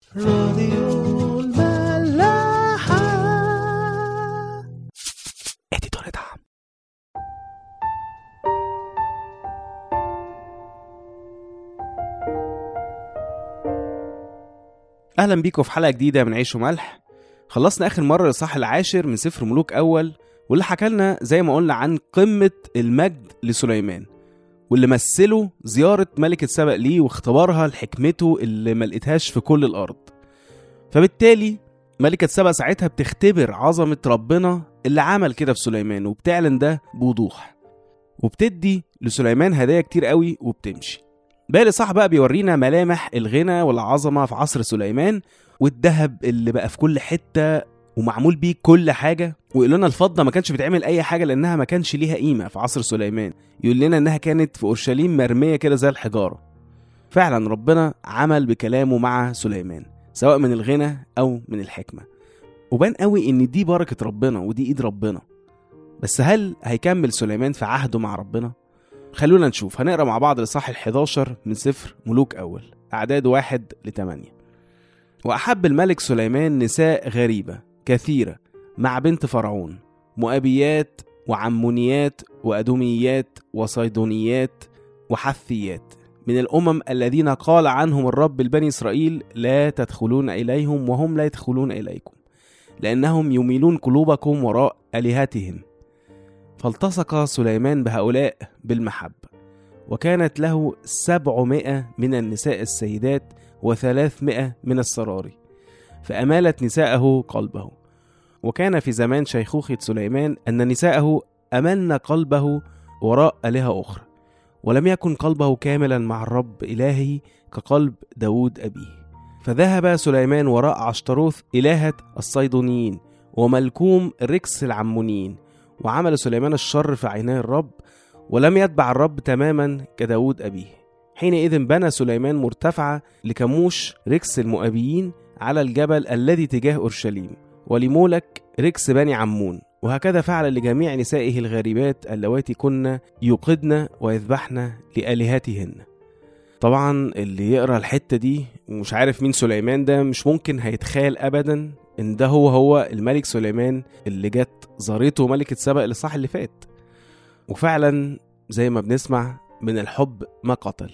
راديو الملاحة. اديتور دعم. اهلا بيكم في حلقة جديدة من عيش وملح. خلصنا اخر مرة الإصحاح العاشر من سفر ملوك اول، واللي حكالنا زي ما قلنا عن قمة المجد لسليمان، واللي مثله زيارة ملكة سبأ ليه واختبارها لحكمته اللي ما لقيتهاش في كل الارض. فبالتالي ملكة سبأ ساعتها بتختبر عظمة ربنا اللي عمل كده في سليمان، وبتعلن ده بوضوح، وبتدي لسليمان هدايا كتير قوي وبتمشي. باقي صح بقى بيورينا ملامح الغنى والعظمة في عصر سليمان، والذهب اللي بقى في كل حتة ومعمول بيه كل حاجة. ويقول لنا الفضة ما كانش بتعمل أي حاجة لأنها ما كانش ليها قيمة في عصر سليمان. يقول لنا إنها كانت في أورشليم مرمية كده زي الحجارة. فعلا ربنا عمل بكلامه مع سليمان، سواء من الغنى أو من الحكمة، وبان قوي إن دي بركة ربنا ودي إيد ربنا. بس هل هيكمل سليمان في عهده مع ربنا؟ خلونا نشوف. هنقرأ مع بعض الإصحاح 11 من سفر ملوك أول، أعداد 1-8. وأحب الملك سليمان نساء غريبة كثيرة مع بنت فرعون، مؤابيات وعمونيات وأدوميات وصيدونيات وحثيات، من الأمم الذين قال عنهم الرب لبني إسرائيل: لا تدخلون إليهم وهم لا يدخلون إليكم، لأنهم يميلون قلوبكم وراء آلهتهم. فالتصق سليمان بهؤلاء بالمحبة، وكانت له 700 من النساء السيدات و300 من السراري، فأمالت نساءه قلبه. وكان في زمان شيخوخة سليمان أن نساءه أملن قلبه وراء آلهة أخرى، ولم يكن قلبه كاملا مع الرب إلهه كقلب داود أبيه. فذهب سليمان وراء عشتروث إلهة الصيدونيين وملكوم ركس العمونيين، وعمل سليمان الشر في عيني الرب، ولم يتبع الرب تماما كداود أبيه. حينئذ بنى سليمان مرتفعة لكموش ركس المؤابيين على الجبل الذي تجاه أورشليم، ولمولك ركس بني عمون. وهكذا فعل لجميع نسائه الغريبات اللواتي كن يوقدن ويذبحن لآلهتهن. طبعا اللي يقرأ الحتة دي ومش عارف مين سليمان ده مش ممكن هيتخيل أبدا إن ده هو الملك سليمان اللي جت زارته ملكة سبأ الإصحاح اللي فات. وفعلا زي ما بنسمع من الحب ما قتل.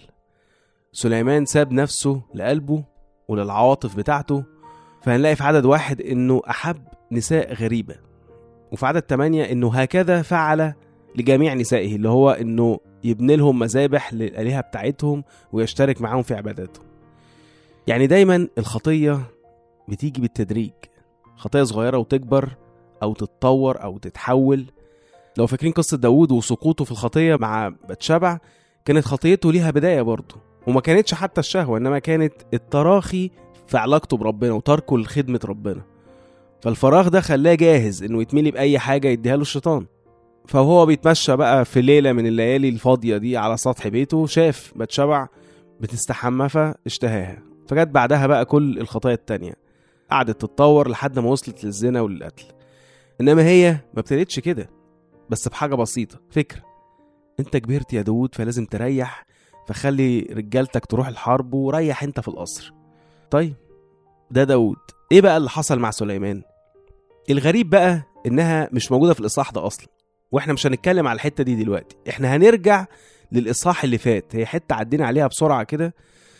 سليمان ساب نفسه لقلبه وللعواطف بتاعته. فهنلاقي في عدد 1 إنه أحب نساء غريبة، وفي عدد 8 إنه هكذا فعل لجميع نسائه، اللي هو إنه يبني لهم مذابح للآلهة بتاعتهم ويشترك معهم في عباداتهم. يعني دايما الخطية بتيجي بالتدريج، خطية صغيرة وتكبر أو تتطور أو تتحول. لو فاكرين قصة داود وسقوطه في الخطية مع بتشبع، كانت خطيته ليها بداية برضه، وما كانتش حتى الشهوة، إنما كانت التراخي في علاقته بربنا وتركه لخدمة ربنا. فالفراغ ده خلاه جاهز إنه يتملي بأي حاجة يديها له الشيطان. فهو بيتمشى بقى في ليلة من الليالي الفاضية دي على سطح بيته، شاف بتشبع بتستحمى فاشتهاها. فجت بعدها بقى كل الخطايا التانية، قعدت تتطور لحد ما وصلت للزنا وللقتل. إنما هي ما ابتدتش كده، بس بحاجة بسيطة. فكرة: انت كبرت يا داود فلازم تريح، فخلي رجالتك تروح الحرب وريح انت في القصر. طيب ده داود. ايه بقى اللي حصل مع سليمان؟ الغريب بقى انها مش موجودة في الإصحاح ده اصلا، واحنا مش هنتكلم على الحتة دي دلوقتي. احنا هنرجع للإصحاح اللي فات، هي حتة عدينا عليها بسرعة كده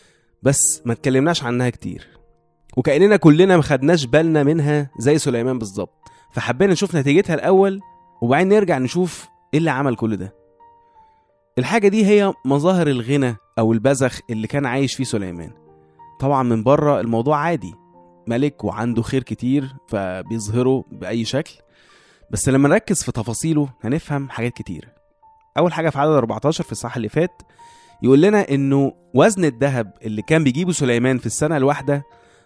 بس ما اتكلمناش عنها كتير، وكأننا كلنا ما خدناش بالنا منها زي سليمان بالظبط. فحبينا نشوف نتيجتها الأول وبعدين نرجع نشوف ايه اللي عمل كل ده. الحاجة دي هي مظاهر الغنى أو البذخ اللي كان عايش فيه سليمان. طبعا من بره الموضوع عادي، ملك وعنده خير كتير فبيظهره بأي شكل، بس لما نركز في تفاصيله هنفهم حاجات كتير. أول حاجة في عدد 14 في الصح اللي فات يقول لنا إنه وزن الذهب اللي كان بيجيبه سليمان في السنة الواحدة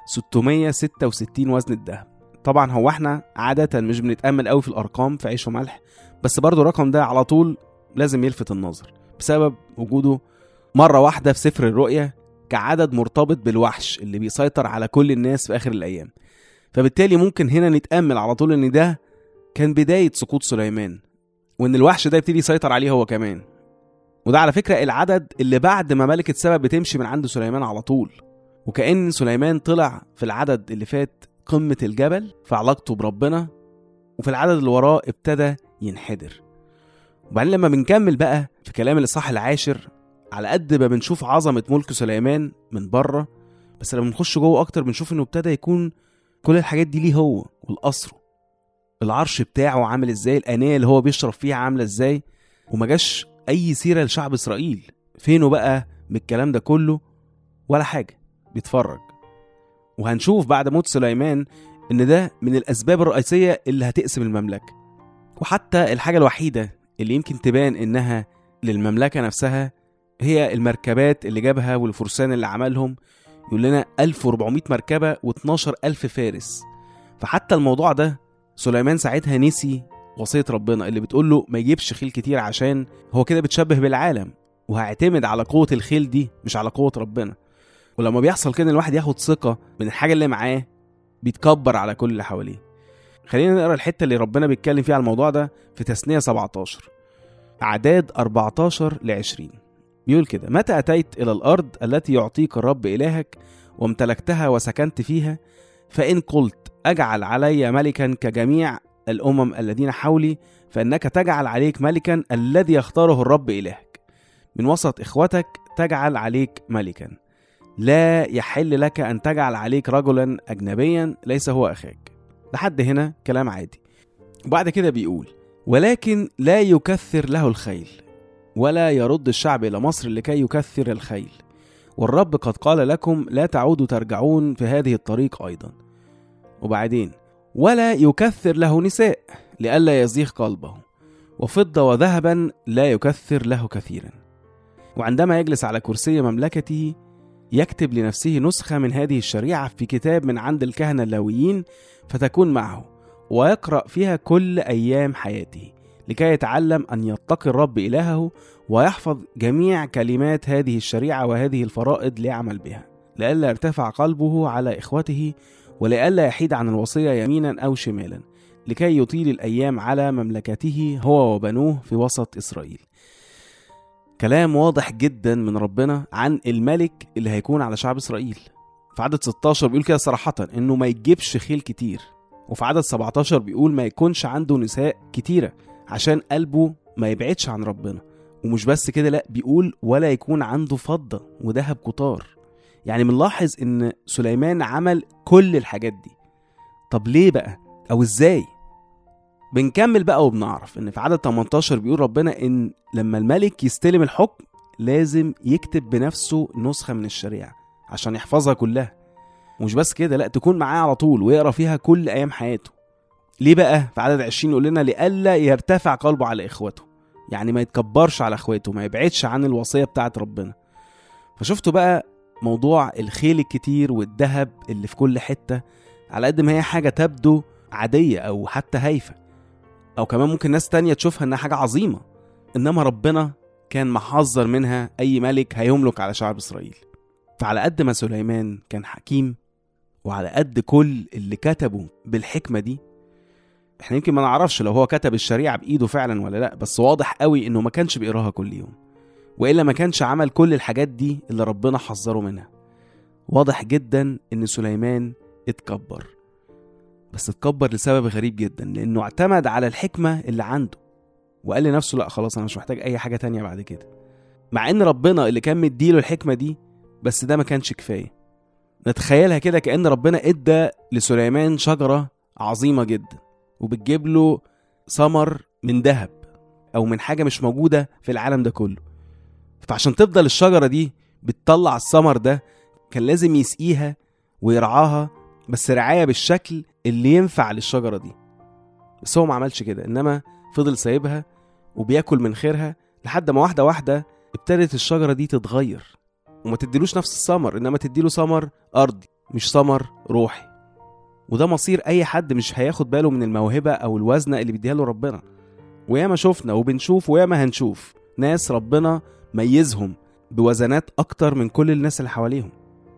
666 وزن الذهب. طبعا هو احنا عادة مش بنتأمل قوي في الأرقام في عيش وملح، بس برضو الرقم ده على طول لازم يلفت النظر بسبب وجوده مرة واحدة في سفر الرؤيا كعدد مرتبط بالوحش اللي بيسيطر على كل الناس في آخر الأيام. فبالتالي ممكن هنا نتأمل على طول إن ده كان بداية سقوط سليمان، وإن الوحش ده يبتدي يسيطر عليه هو كمان. وده على فكرة العدد اللي بعد ما ملكة سبأ بتمشي من عند سليمان على طول، وكأن سليمان طلع في العدد اللي فات قمة الجبل في علاقته بربنا، وفي العدد اللي وراه ابتدى ينحدر. وبعدين لما بنكمل بقى في كلام الإصحاح 10، على قد ما بنشوف عظمة ملك سليمان من بره، بس لما بنخش جوه أكتر بنشوف إنه ابتدى يكون كل الحاجات دي ليه هو والقصر، العرش بتاعه عامل إزاي، الآنية اللي هو بيشرب فيها عاملة إزاي، وما جاش أي سيرة لشعب إسرائيل. فينه بقى من الكلام ده كله؟ ولا حاجة، بيتفرج. وهنشوف بعد موت سليمان إن ده من الأسباب الرئيسية اللي هتقسم المملكة. وحتى الحاجة الوحيدة اللي يمكن تبان إنها للمملكة نفسها هي المركبات اللي جابها والفرسان اللي عملهم. يقول لنا 1400 مركبة و12,000 فارس. فحتى الموضوع ده سليمان ساعتها نسي وصية ربنا اللي بتقول له ما يجيبش خيل كتير، عشان هو كده بتشبه بالعالم وهعتمد على قوة الخيل دي مش على قوة ربنا. ولما بيحصل كده الواحد ياخد ثقة من الحاجة اللي معاه، بيتكبر على كل اللي حواليه. خلينا نقرأ الحتة اللي ربنا بيتكلم فيها على الموضوع ده في تثنية 17 أعداد 14-20. بيقول كده: متى أتيت إلى الأرض التي يعطيك الرب إلهك وامتلكتها وسكنت فيها، فإن قلت أجعل علي ملكا كجميع الأمم الذين حولي، فإنك تجعل عليك ملكا الذي يختاره الرب إلهك من وسط إخوتك، تجعل عليك ملكا. لا يحل لك أن تجعل عليك رجلا أجنبيا ليس هو أخاك. لحد هنا كلام عادي. وبعد كده بيقول: ولكن لا يكثر له الخيل، ولا يرد الشعب إلى مصر لكي يكثر الخيل، والرب قد قال لكم لا تعودوا ترجعون في هذه الطريق أيضا. وبعدين: ولا يكثر له نساء لئلا يزيغ قلبه، وفضة وذهبا لا يكثر له كثيرا. وعندما يجلس على كرسي مملكته يكتب لنفسه نسخة من هذه الشريعة في كتاب من عند الكهنة اللاويين، فتكون معه ويقرأ فيها كل أيام حياته، لكي يتعلم أن يتقي الرب إلهه ويحفظ جميع كلمات هذه الشريعة وهذه الفرائض ليعمل بها، لئلا يرتفع قلبه على إخوته، ولئلا يحيد عن الوصية يمينا أو شمالا، لكي يطيل الأيام على مملكته هو وبنوه في وسط إسرائيل. كلام واضح جدا من ربنا عن الملك اللي هيكون على شعب إسرائيل. في عدد 16 بيقول كده صراحة إنه ما يجيبش خيل كتير، وفي عدد 17 بيقول ما يكونش عنده نساء كتيرة عشان قلبه ما يبعدش عن ربنا. ومش بس كده، لا، بيقول ولا يكون عنده فضة وذهب كتار. يعني بنلاحظ إن سليمان عمل كل الحاجات دي. طب ليه بقى أو إزاي؟ بنكمل بقى وبنعرف إن في عدد 18 بيقول ربنا إن لما الملك يستلم الحكم لازم يكتب بنفسه نسخة من الشريعة عشان يحفظها كلها. ومش بس كده، لا، تكون معاه على طول ويقرأ فيها كل أيام حياته. ليه بقى؟ في عدد 20 يقول لنا لئلا يرتفع قلبه على إخوته، يعني ما يتكبرش على إخواته، ما يبعدش عن الوصية بتاعت ربنا. فشفتوا بقى موضوع الخيل الكتير والذهب اللي في كل حتة، على قد ما هي حاجة تبدو عادية أو حتى هايفة، أو كمان ممكن ناس تانية تشوفها إنها حاجة عظيمة، إنما ربنا كان محذر منها أي ملك هيملك على شعب إسرائيل. فعلى قد ما سليمان كان حكيم، وعلى قد كل اللي كتبه بالحكمة دي، احنا يمكن ما نعرفش لو هو كتب الشريعة بإيده فعلا ولا لا، بس واضح قوي إنه ما كانش بيقراها كل يوم، وإلا ما كانش عمل كل الحاجات دي اللي ربنا حذره منها. واضح جدا إن سليمان اتكبر، بس اتكبر لسبب غريب جدا، لأنه اعتمد على الحكمة اللي عنده وقال لنفسه لا خلاص أنا مش محتاج أي حاجة تانية بعد كده، مع إن ربنا اللي كان مديله الحكمة دي، بس ده ما كانش كفاية. نتخيلها كده كأن ربنا ادى لسليمان شجرة عظيمة جدا وبتجيب له ثمر من ذهب أو من حاجة مش موجودة في العالم ده كله. فعشان تفضل الشجرة دي بتطلع الثمر ده كان لازم يسقيها ويرعاها، بس رعاية بالشكل اللي ينفع للشجرة دي. بس هو ما عملش كده، إنما فضل سايبها وبياكل من خيرها لحد ما واحدة واحدة ابتدت الشجرة دي تتغير وما تديلوش نفس الثمر، إنما تديله ثمر أرضي مش ثمر روحي. وده مصير أي حد مش هياخد باله من الموهبة أو الوزنة اللي بيديها له ربنا. وياما شوفنا وبنشوف وياما هنشوف ناس ربنا ميزهم بوزنات أكتر من كل الناس اللي حواليهم،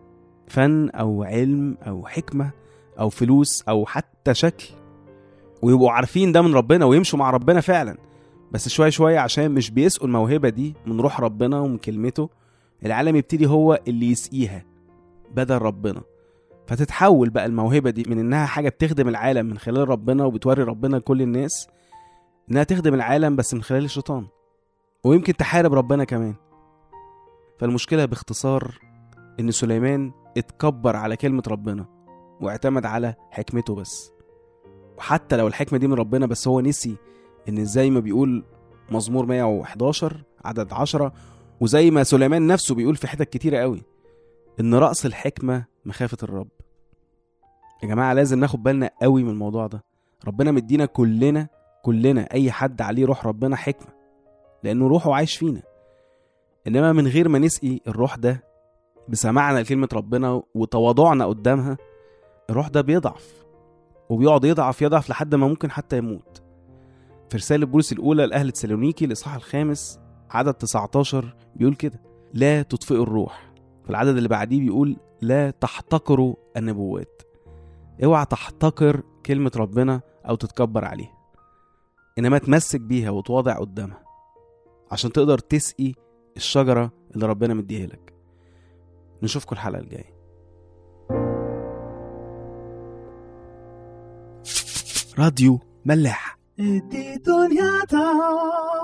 فن أو علم أو حكمة أو فلوس أو حتى شكل، ويبقوا عارفين ده من ربنا ويمشوا مع ربنا فعلا، بس شوية شوية عشان مش بيسقوا الموهبة دي من روح ربنا ومن كلمته، العالم يبتدي هو اللي يسقيها بدل ربنا، فتتحول بقى الموهبة دي من انها حاجة بتخدم العالم من خلال ربنا وبتوري ربنا لكل الناس، انها تخدم العالم بس من خلال الشيطان، ويمكن تحارب ربنا كمان. فالمشكلة باختصار ان سليمان اتكبر على كلمة ربنا واعتمد على حكمته بس. وحتى لو الحكمة دي من ربنا، بس هو نسي ان زي ما بيقول مزمور 111 عدد 10، وزي ما سليمان نفسه بيقول في حتت كتيرة قوي، ان رأس الحكمة مخافة الرب. يا جماعة لازم ناخد بالنا قوي من الموضوع ده. ربنا مدينا كلنا اي حد عليه روح ربنا حكمة، لانه روحه عايش فينا. انما من غير ما نسقي الروح ده بسماعنا لكلمة ربنا وتواضعنا قدامها، الروح ده بيضعف، وبيقعد يضعف لحد ما ممكن حتى يموت. في رسالة بولس الأولى لأهل تسالونيكي الإصحاح 5 عدد 19 بيقول كده: لا تطفئوا الروح. في العدد اللي بعديه بيقول: لا تحتقروا النبوات. اوعى تحتقر كلمة ربنا أو تتكبر عليها، إنما تمسك بيها وتواضع قدامها عشان تقدر تسقي الشجرة اللي ربنا مديها لك. نشوفكم الحلقة الجاية. راديو ملاح. دي دنيا